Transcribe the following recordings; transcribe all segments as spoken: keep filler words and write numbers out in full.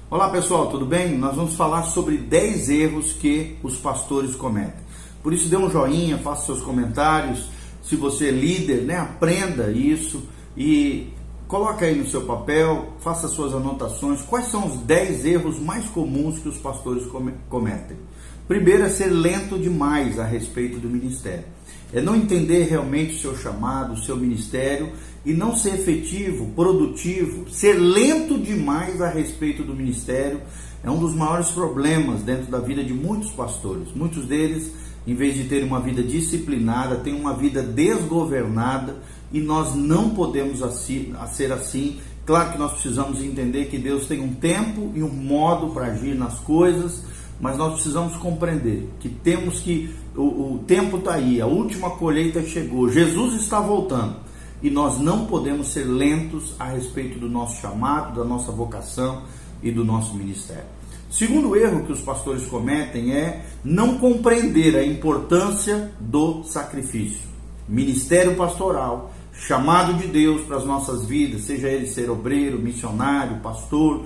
Olá pessoal, tudo bem? Nós vamos falar sobre dez erros que os pastores cometem. Por isso dê um joinha, faça seus comentários. Se você é líder, né, aprenda isso e coloque aí no seu papel, faça suas anotações. Quais são os dez erros mais comuns que os pastores cometem? Primeiro é ser lento demais a respeito do ministério. É não entender realmente o seu chamado, o seu ministério e não ser efetivo, produtivo. Ser lento demais a respeito do ministério é um dos maiores problemas dentro da vida de muitos pastores. Muitos deles, em vez de terem uma vida disciplinada, têm uma vida desgovernada e nós não podemos assim, ser assim. Claro que nós precisamos entender que Deus tem um tempo e um modo para agir nas coisas, mas nós precisamos compreender que temos que, o, o tempo está aí, a última colheita chegou, Jesus está voltando e nós não podemos ser lentos a respeito do nosso chamado, da nossa vocação e do nosso ministério. Segundo erro que os pastores cometem é não compreender a importância do sacrifício. Ministério pastoral, chamado de Deus para as nossas vidas, seja ele ser obreiro, missionário, pastor,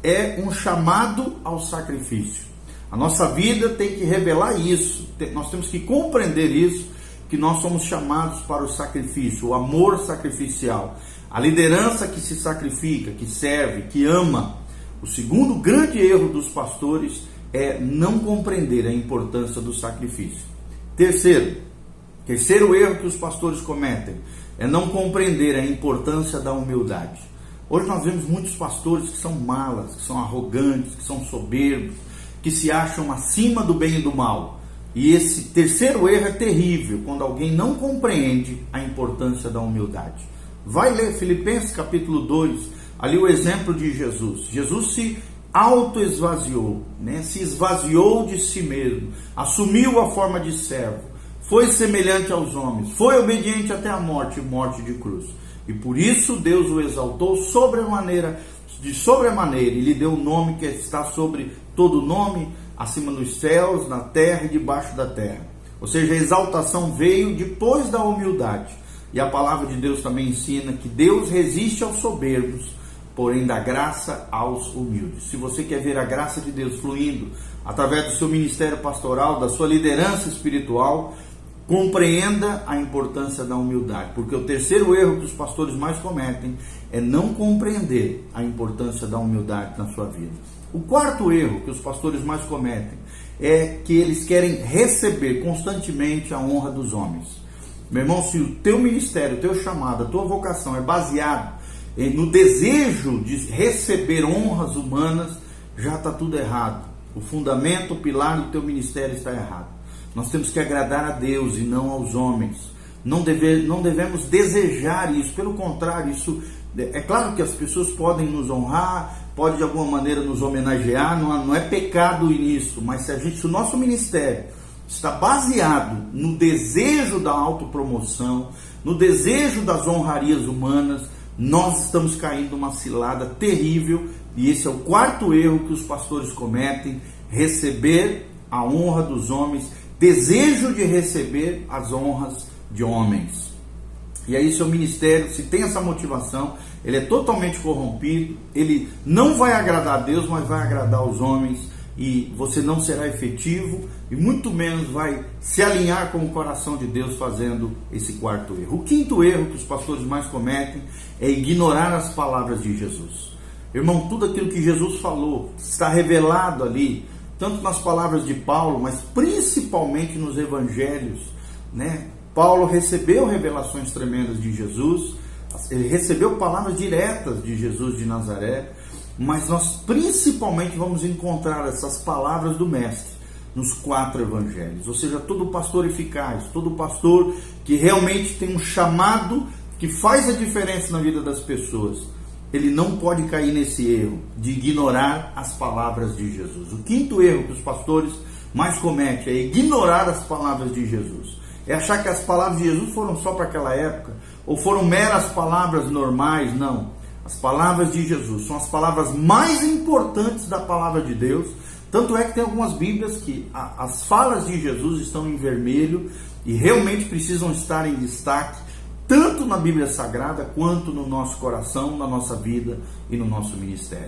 é um chamado ao sacrifício. A nossa vida tem que revelar isso, nós temos que compreender isso, que nós somos chamados para o sacrifício, o amor sacrificial, a liderança que se sacrifica, que serve, que ama. O segundo grande erro dos pastores é não compreender a importância do sacrifício. Terceiro, terceiro erro que os pastores cometem é não compreender a importância da humildade. Hoje nós vemos muitos pastores que são malas, que são arrogantes, que são soberbos, que se acham acima do bem e do mal. E esse terceiro erro é terrível, quando alguém não compreende a importância da humildade. Vai ler Filipenses capítulo dois, ali o exemplo de Jesus. Jesus se auto-esvaziou, né? Se esvaziou de si mesmo, assumiu a forma de servo, foi semelhante aos homens, foi obediente até a morte, morte de cruz. E por isso Deus o exaltou sobremaneira, de sobremaneira, e lhe deu um nome que está sobre todo nome, acima dos céus, na terra e debaixo da terra. Ou seja, a exaltação veio depois da humildade. E a palavra de Deus também ensina que Deus resiste aos soberbos, porém dá graça aos humildes. Se você quer ver a graça de Deus fluindo através do seu ministério pastoral, da sua liderança espiritual, compreenda a importância da humildade, porque o terceiro erro que os pastores mais cometem é não compreender a importância da humildade na sua vida. O quarto erro que os pastores mais cometem é que eles querem receber constantemente a honra dos homens. Meu irmão, se o teu ministério, o teu chamado, a tua vocação é baseado no desejo de receber honras humanas, já está tudo errado. O fundamento, o pilar do teu ministério está errado. Nós temos que agradar a Deus e não aos homens. Não, deve, não devemos desejar isso. Pelo contrário, isso é claro que as pessoas podem nos honrar, pode de alguma maneira nos homenagear, não, não é pecado nisso, mas se, a gente, se o nosso ministério está baseado no desejo da autopromoção, no desejo das honrarias humanas, nós estamos caindo numa cilada terrível, e esse é o quarto erro que os pastores cometem: receber a honra dos homens, desejo de receber as honras de homens. E aí seu ministério, se tem essa motivação, ele é totalmente corrompido, ele não vai agradar a Deus, mas vai agradar os homens, e você não será efetivo, e muito menos vai se alinhar com o coração de Deus fazendo esse quarto erro. O quinto erro que os pastores mais cometem é ignorar as palavras de Jesus. Irmão, tudo aquilo que Jesus falou está revelado ali, tanto nas palavras de Paulo, mas principalmente nos evangelhos, né? Paulo recebeu revelações tremendas de Jesus, ele recebeu palavras diretas de Jesus de Nazaré, mas nós principalmente vamos encontrar essas palavras do Mestre nos quatro evangelhos. Ou seja, todo pastor eficaz, todo pastor que realmente tem um chamado que faz a diferença na vida das pessoas, ele não pode cair nesse erro de ignorar as palavras de Jesus. O quinto erro que os pastores mais cometem é ignorar as palavras de Jesus. É achar que as palavras de Jesus foram só para aquela época, ou foram meras palavras normais. Não. As palavras de Jesus são as palavras mais importantes da palavra de Deus. Tanto é que tem algumas Bíblias que a, as falas de Jesus estão em vermelho e realmente precisam estar em destaque, tanto na Bíblia Sagrada quanto no nosso coração, na nossa vida e no nosso ministério.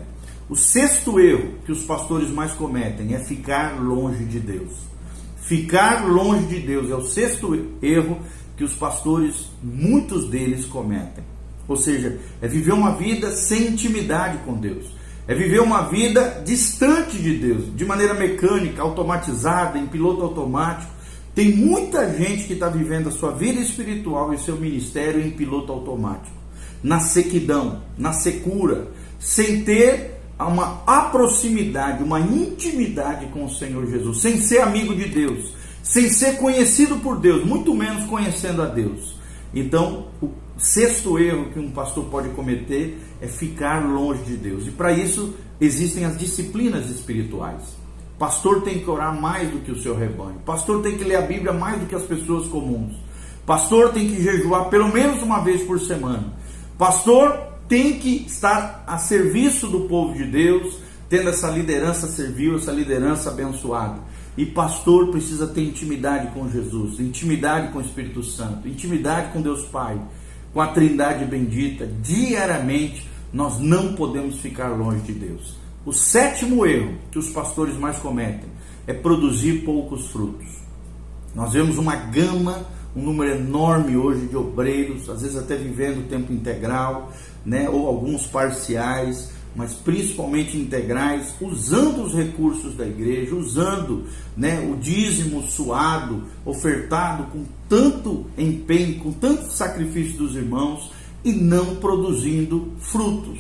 O sexto erro que os pastores mais cometem é ficar longe de Deus. Ficar longe de Deus é o sexto erro que os pastores, muitos deles, cometem. Ou seja, é viver uma vida sem intimidade com Deus. É viver uma vida distante de Deus, de maneira mecânica, automatizada, em piloto automático. Tem muita gente que está vivendo a sua vida espiritual e seu ministério em piloto automático, na sequidão, na secura, sem ter uma proximidade, uma intimidade com o Senhor Jesus, sem ser amigo de Deus, sem ser conhecido por Deus, muito menos conhecendo a Deus. Então, o sexto erro que um pastor pode cometer é ficar longe de Deus. E para isso existem as disciplinas espirituais. Pastor tem que orar mais do que o seu rebanho. Pastor tem que ler a Bíblia mais do que as pessoas comuns. Pastor tem que jejuar pelo menos uma vez por semana. Pastor tem que estar a serviço do povo de Deus, tendo essa liderança servil, essa liderança abençoada. E pastor precisa ter intimidade com Jesus, intimidade com o Espírito Santo, intimidade com Deus Pai, com a Trindade bendita. Diariamente nós não podemos ficar longe de Deus. O sétimo erro que os pastores mais cometem é produzir poucos frutos. Nós vemos uma gama, um número enorme hoje de obreiros, às vezes até vivendo tempo integral, né, ou alguns parciais, mas principalmente integrais, usando os recursos da igreja, usando, né, o dízimo suado, ofertado com tanto empenho, com tanto sacrifício dos irmãos, e não produzindo frutos.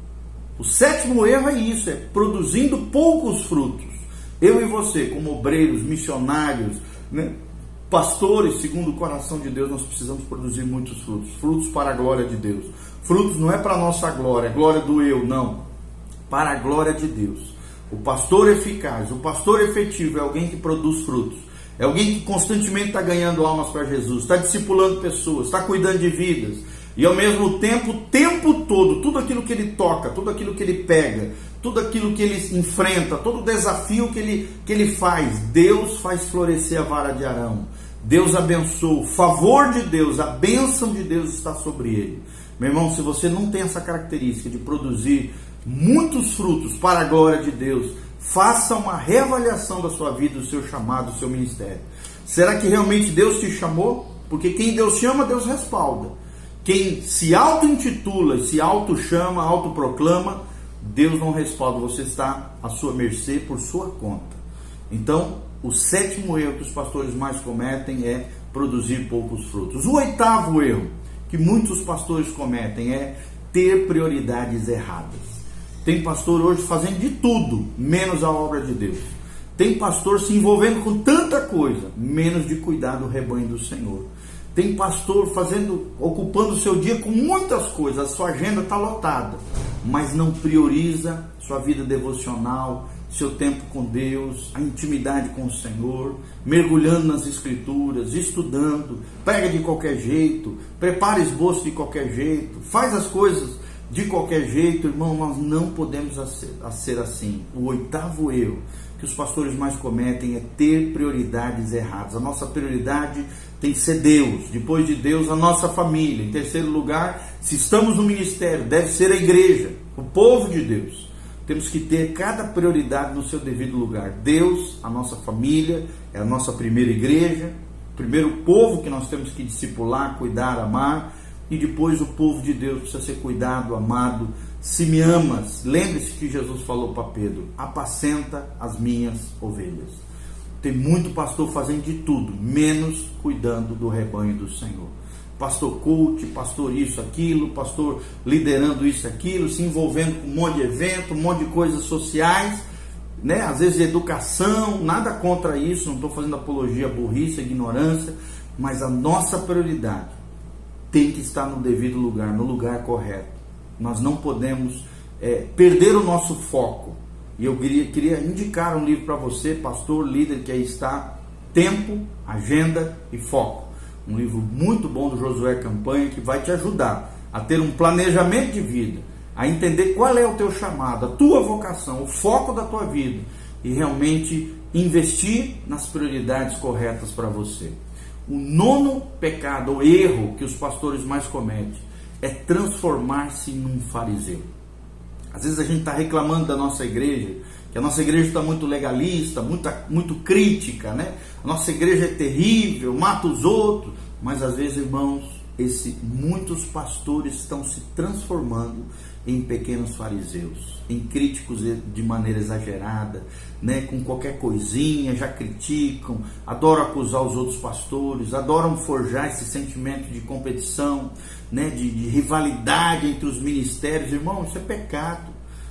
O sétimo erro é isso, é produzindo poucos frutos. Eu e você, como obreiros, missionários, né, pastores, segundo o coração de Deus, nós precisamos produzir muitos frutos. Frutos para a glória de Deus. Frutos não é para a nossa glória, glória do eu, não. Para a glória de Deus. O pastor eficaz, o pastor efetivo é alguém que produz frutos. É alguém que constantemente está ganhando almas para Jesus, está discipulando pessoas, está cuidando de vidas. E ao mesmo tempo, o tempo todo, tudo aquilo que ele toca, tudo aquilo que ele pega, tudo aquilo que ele enfrenta, todo o desafio que ele, que ele faz, Deus faz florescer a vara de Arão. Deus abençoa, o favor de Deus, a bênção de Deus está sobre ele. Meu irmão, se você não tem essa característica de produzir muitos frutos para a glória de Deus, faça uma reavaliação da sua vida, do seu chamado, do seu ministério. Será que realmente Deus te chamou? Porque quem Deus chama, Deus respalda. Quem se auto-intitula, se auto-chama, auto-proclama, Deus não respalda, você está à sua mercê por sua conta. Então, o sétimo erro que os pastores mais cometem é produzir poucos frutos. O oitavo erro que muitos pastores cometem é ter prioridades erradas. Tem pastor hoje fazendo de tudo, menos a obra de Deus. Tem pastor se envolvendo com tanta coisa, menos de cuidar do rebanho do Senhor. Tem pastor fazendo, ocupando o seu dia com muitas coisas, a sua agenda está lotada, mas não prioriza sua vida devocional, seu tempo com Deus, a intimidade com o Senhor, mergulhando nas Escrituras, estudando, prega de qualquer jeito, prepara esboço de qualquer jeito, faz as coisas de qualquer jeito. Irmão, nós não podemos ser assim. O oitavo erro que os pastores mais cometem é ter prioridades erradas. A nossa prioridade tem que ser Deus, depois de Deus a nossa família, em terceiro lugar, se estamos no ministério, deve ser a igreja, o povo de Deus. Temos que ter cada prioridade no seu devido lugar. Deus, a nossa família, é a nossa primeira igreja, o primeiro povo que nós temos que discipular, cuidar, amar, e depois o povo de Deus precisa ser cuidado, amado. Se me amas, lembre-se que Jesus falou para Pedro: apacenta as minhas ovelhas. Tem muito pastor fazendo de tudo, menos cuidando do rebanho do Senhor. Pastor coach, pastor isso, aquilo, pastor liderando isso, aquilo, se envolvendo com um monte de evento, um monte de coisas sociais, né? Às vezes educação, nada contra isso, não estou fazendo apologia à burrice, à ignorância, mas a nossa prioridade tem que estar no devido lugar, no lugar correto. Nós não podemos é, perder o nosso foco. E eu queria, queria indicar um livro para você, pastor, líder, que aí está, Tempo, Agenda e Foco. Um livro muito bom do Josué Campanha, que vai te ajudar a ter um planejamento de vida, a entender qual é o teu chamado, a tua vocação, o foco da tua vida, e realmente investir nas prioridades corretas para você. O nono pecado, ou erro que os pastores mais cometem, é transformar-se num fariseu. Às vezes a gente está reclamando da nossa igreja, que a nossa igreja está muito legalista, muito, muito crítica, né? A nossa igreja é terrível, mata os outros. Mas às vezes, irmãos, esse, muitos pastores estão se transformando em pequenos fariseus, em críticos de maneira exagerada, né? Com qualquer coisinha já criticam, adoram acusar os outros pastores, adoram forjar esse sentimento de competição, né? de, de rivalidade entre os ministérios. Irmão, isso é pecado.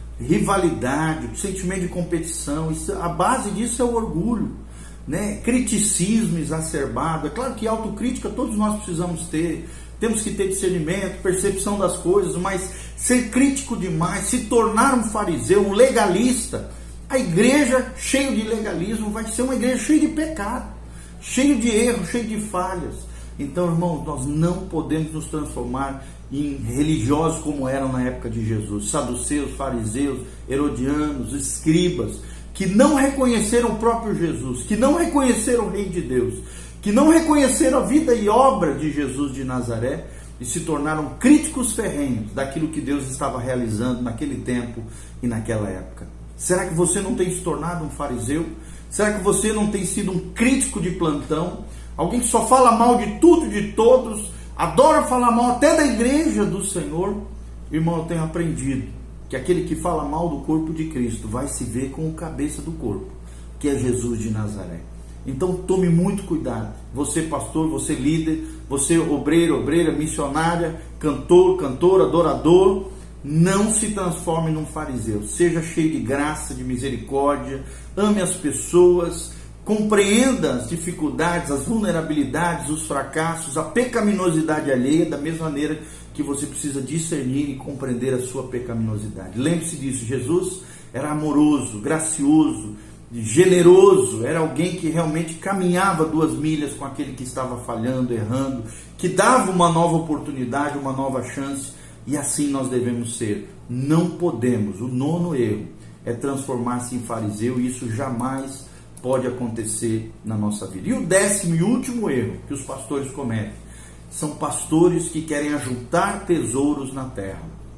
Rivalidade, sentimento de competição, isso, a base disso é o orgulho, né? Criticismo exacerbado. É claro que autocrítica todos nós precisamos ter, temos que ter discernimento, percepção das coisas, mas ser crítico demais, se tornar um fariseu, um legalista, a igreja cheia de legalismo vai ser uma igreja cheia de pecado, cheia de erros, cheia de falhas. Então, irmãos, nós não podemos nos transformar em religiosos como eram na época de Jesus, saduceus, fariseus, herodianos, escribas, que não reconheceram o próprio Jesus, que não reconheceram o Rei de Deus, que não reconheceram a vida e obra de Jesus de Nazaré e se tornaram críticos ferrenhos daquilo que Deus estava realizando naquele tempo e naquela época. Será que você não tem se tornado um fariseu? Será que você não tem sido um crítico de plantão? Alguém que só fala mal de tudo e de todos, adora falar mal até da igreja do Senhor? Irmão, eu tenho aprendido que aquele que fala mal do corpo de Cristo vai se ver com o cabeça do corpo, que é Jesus de Nazaré. Então tome muito cuidado, você pastor, você líder, você obreiro, obreira, missionária, cantor, cantora, adorador, não se transforme num fariseu, seja cheio de graça, de misericórdia, ame as pessoas, compreenda as dificuldades, as vulnerabilidades, os fracassos, a pecaminosidade alheia, da mesma maneira que você precisa discernir e compreender a sua pecaminosidade. Lembre-se disso, Jesus era amoroso, gracioso, generoso, era alguém que realmente caminhava duas milhas com aquele que estava falhando, errando, que dava uma nova oportunidade, uma nova chance, e assim nós devemos ser. Não podemos, o nono erro é transformar-se em fariseu, e isso jamais pode acontecer na nossa vida. E o décimo e último erro que os pastores cometem, são pastores que querem ajuntar tesouros na terra.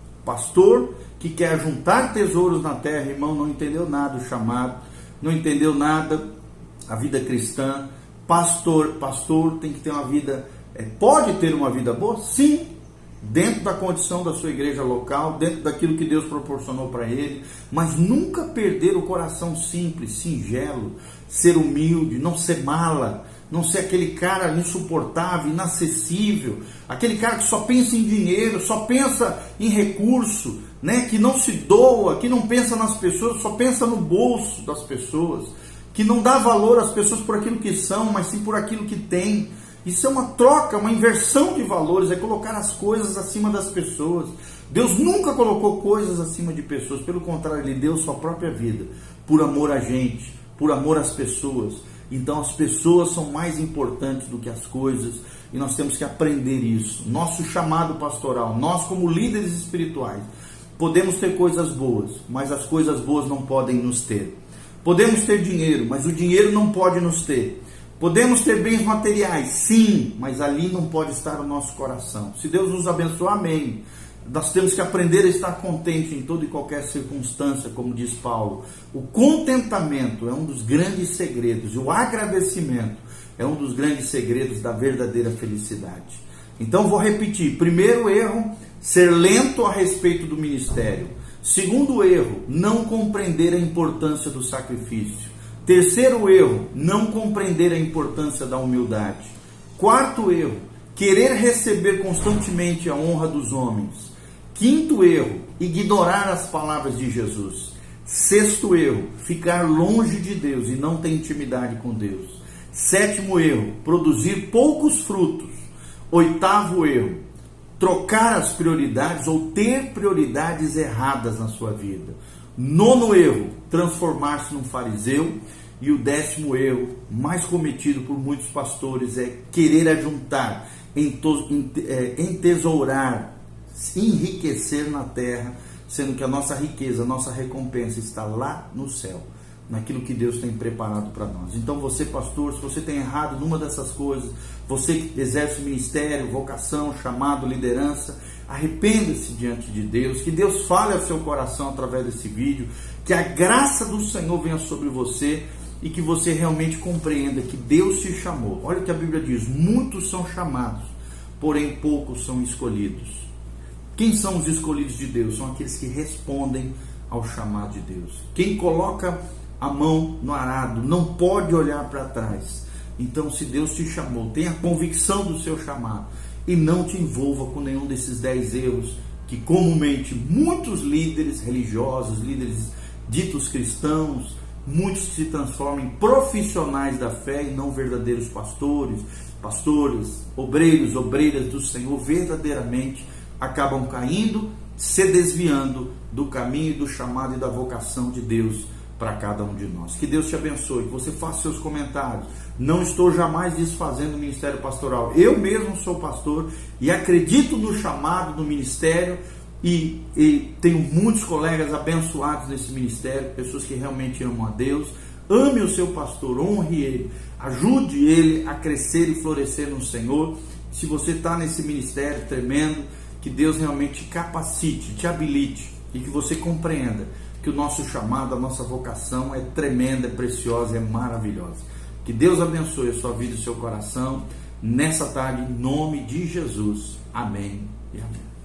Pastor que quer ajuntar tesouros na terra, irmão, não entendeu nada do chamado, não entendeu nada a vida cristã. Pastor, pastor tem que ter uma vida, é, pode ter uma vida boa? Sim, dentro da condição da sua igreja local, dentro daquilo que Deus proporcionou para ele, mas nunca perder o coração simples, singelo, ser humilde, não ser mala, não ser aquele cara insuportável, inacessível, aquele cara que só pensa em dinheiro, só pensa em recurso, né? Que não se doa, que não pensa nas pessoas, só pensa no bolso das pessoas, que não dá valor às pessoas por aquilo que são, mas sim por aquilo que tem. Isso é uma troca, uma inversão de valores, é colocar as coisas acima das pessoas. Deus nunca colocou coisas acima de pessoas, pelo contrário, Ele deu sua própria vida, por amor a gente, por amor às pessoas. Então as pessoas são mais importantes do que as coisas, e nós temos que aprender isso. Nosso chamado pastoral, nós como líderes espirituais, podemos ter coisas boas, mas as coisas boas não podem nos ter. Podemos ter dinheiro, mas o dinheiro não pode nos ter. Podemos ter bens materiais, sim, mas ali não pode estar o nosso coração. Se Deus nos abençoar, amém. Nós temos que aprender a estar contente em toda e qualquer circunstância, como diz Paulo. O contentamento é um dos grandes segredos, e o agradecimento é um dos grandes segredos da verdadeira felicidade. Então vou repetir: primeiro erro, ser lento a respeito do ministério. Segundo erro, não compreender a importância do sacrifício. Terceiro erro, não compreender a importância da humildade. Quarto erro, querer receber constantemente a honra dos homens. Quinto erro, ignorar as palavras de Jesus. Sexto erro, ficar longe de Deus e não ter intimidade com Deus. Sétimo erro, produzir poucos frutos. Oitavo erro, trocar as prioridades ou ter prioridades erradas na sua vida. Nono erro, transformar-se num fariseu. E o décimo erro, mais cometido por muitos pastores, é querer ajuntar, entesourar, enriquecer na terra, sendo que a nossa riqueza, a nossa recompensa está lá no céu. naquilo que Deus tem preparado para nós. Então você, pastor, se você tem errado numa dessas coisas, você que exerce ministério, vocação, chamado, liderança, arrependa-se diante de Deus, que Deus fale ao seu coração através desse vídeo, que a graça do Senhor venha sobre você e que você realmente compreenda que Deus te chamou. Olha o que a Bíblia diz: muitos são chamados, porém poucos são escolhidos. Quem são os escolhidos de Deus? São aqueles que respondem ao chamado de Deus. Quem coloca a mão no arado não pode olhar para trás. Então, se Deus te chamou, tenha convicção do seu chamado e não te envolva com nenhum desses dez erros que comumente muitos líderes religiosos, líderes ditos cristãos, muitos que se transformam em profissionais da fé e não verdadeiros pastores, pastores, obreiros, obreiras do Senhor, verdadeiramente acabam caindo, se desviando do caminho, do chamado e da vocação de Deus para cada um de nós. Que Deus te abençoe, que você faça seus comentários. Não estou jamais desfazendo o ministério pastoral. Eu mesmo sou pastor e acredito no chamado do ministério e, e tenho muitos colegas abençoados nesse ministério, pessoas que realmente amam a Deus. Ame o seu pastor, honre ele, ajude ele a crescer e florescer no Senhor. Se você está nesse ministério tremendo, que Deus realmente te capacite, te habilite e que você compreenda que o nosso chamado, a nossa vocação é tremenda, é preciosa, é maravilhosa. Que Deus abençoe a sua vida e o seu coração nessa tarde, em nome de Jesus. Amém e amém.